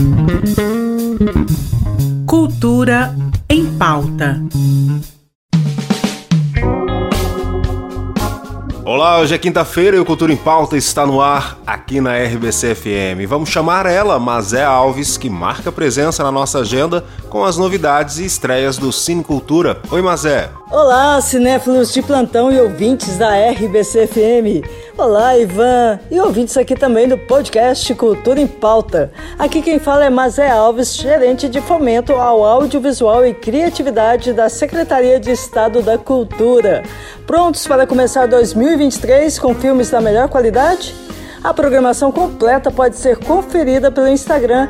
Cultura em Pauta. Olá, hoje é quinta-feira e o Cultura em Pauta está no ar aqui na RBC FM. Vamos chamar ela, Mazé Alves, que marca presença na nossa agenda com as novidades e estreias do Cine Cultura. Oi, Mazé. Olá, cinéfilos de plantão e ouvintes da RBC FM. Olá, Ivan, e ouvintes aqui também do podcast Cultura em Pauta. Aqui quem fala é Mazé Alves, gerente de fomento ao audiovisual e criatividade da Secretaria de Estado da Cultura. Prontos para começar 2023 com filmes da melhor qualidade? A programação completa pode ser conferida pelo Instagram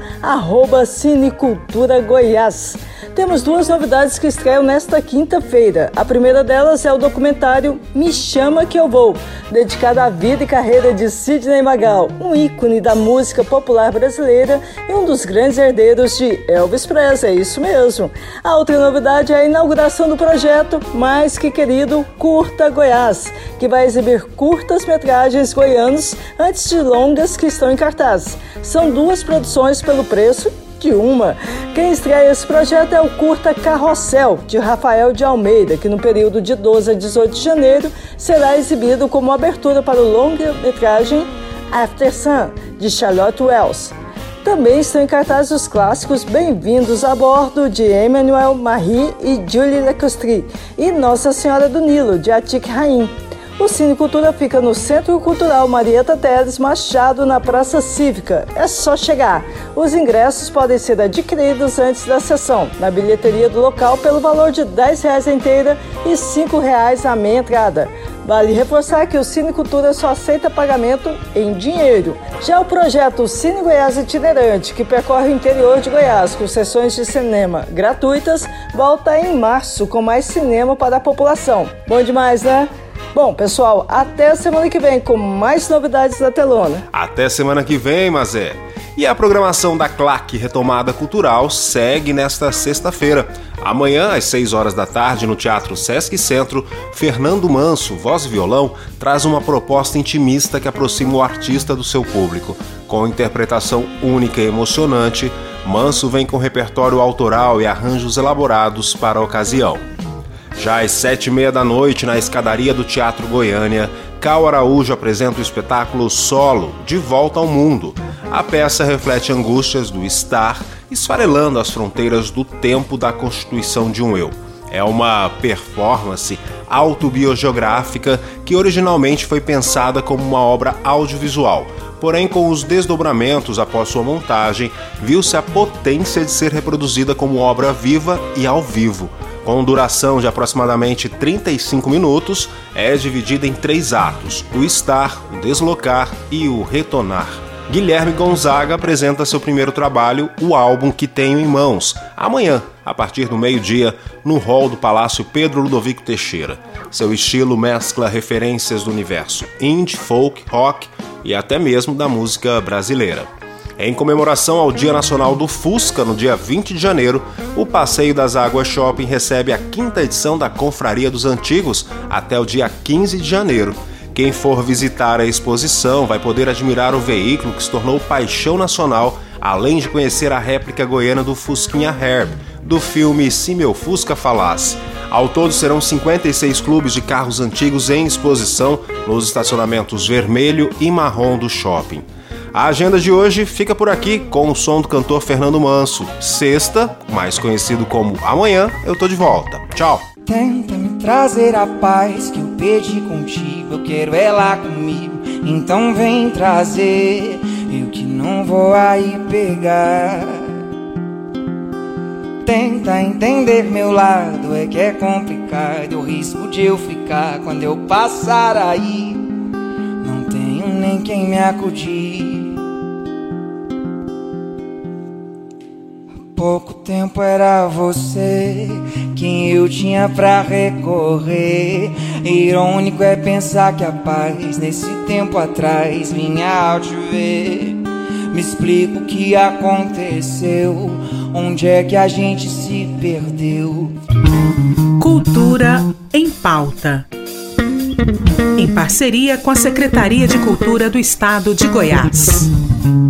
@cineculturagoiás. Temos duas novidades que estreiam nesta quinta-feira. A primeira delas é o documentário Me Chama Que Eu Vou, dedicado à vida e carreira de Sidney Magal, um ícone da música popular brasileira e um dos grandes herdeiros de Elvis Presley, isso mesmo. A outra novidade é a inauguração do projeto Mais Que Querido Curta Goiás, que vai exibir curtas-metragens goianos antes de longas que estão em cartaz. São duas produções pelo preço de uma. Quem estreia esse projeto é o curta Carrossel, de Rafael de Almeida, que no período de 12 a 18 de janeiro será exibido como abertura para o longa-metragem After Sun, de Charlotte Wells. Também estão em cartaz os clássicos Bem-vindos a Bordo, de Emmanuel Marie e Julie Lecostri, e Nossa Senhora do Nilo, de Atik Raim. O Cine Cultura fica no Centro Cultural Marieta Teles Machado, na Praça Cívica. É só chegar. Os ingressos podem ser adquiridos antes da sessão, na bilheteria do local, pelo valor de R$10 a inteira e R$5 a meia entrada. Vale reforçar que o Cine Cultura só aceita pagamento em dinheiro. Já o projeto Cine Goiás Itinerante, que percorre o interior de Goiás com sessões de cinema gratuitas, volta em março com mais cinema para a população. Bom demais, né? Bom, pessoal, até a semana que vem com mais novidades da telona. Até semana que vem, Mazé. E a programação da CLAC Retomada Cultural segue nesta sexta-feira. Amanhã, às 6 horas da tarde, no Teatro Sesc Centro, Fernando Manso, voz e violão, traz uma proposta intimista que aproxima o artista do seu público. Com interpretação única e emocionante, Manso vem com repertório autoral e arranjos elaborados para a ocasião. Já às 7h30 da noite, na escadaria do Teatro Goiânia, Cal Araújo apresenta o espetáculo Solo, De Volta ao Mundo. A peça reflete angústias do estar, esfarelando as fronteiras do tempo da constituição de um eu. É uma performance autobiogeográfica que originalmente foi pensada como uma obra audiovisual. Porém, com os desdobramentos após sua montagem, viu-se a potência de ser reproduzida como obra viva e ao vivo. Com duração de aproximadamente 35 minutos, é dividida em 3 atos: o estar, o deslocar e o retornar. Guilherme Gonzaga apresenta seu primeiro trabalho, o álbum Que Tenho em Mãos, amanhã, a partir do meio-dia, no hall do Palácio Pedro Ludovico Teixeira. Seu estilo mescla referências do universo indie, folk, rock e até mesmo da música brasileira. Em comemoração ao Dia Nacional do Fusca, no dia 20 de janeiro, o Passeio das Águas Shopping recebe a 5ª edição da Confraria dos Antigos até o dia 15 de janeiro. Quem for visitar a exposição vai poder admirar o veículo que se tornou paixão nacional, além de conhecer a réplica goiana do Fusquinha Herb, do filme Se Meu Fusca Falasse. Ao todo serão 56 clubes de carros antigos em exposição nos estacionamentos vermelho e marrom do shopping. A agenda de hoje fica por aqui com o som do cantor Fernando Manso. Sexta, mais conhecido como Amanhã, eu tô de volta. Tchau! Tenta me trazer a paz que eu perdi contigo, eu quero ela comigo, então vem trazer, eu que não vou aí pegar. Tenta entender meu lado, é que é complicado, o risco de eu ficar quando eu passar aí, não tenho nem quem me acudir. Pouco tempo era você quem eu tinha pra recorrer. Irônico é pensar que a paz nesse tempo atrás vinha ao te ver. Me explica o que aconteceu, onde é que a gente se perdeu. Cultura em Pauta, em parceria com a Secretaria de Cultura do Estado de Goiás.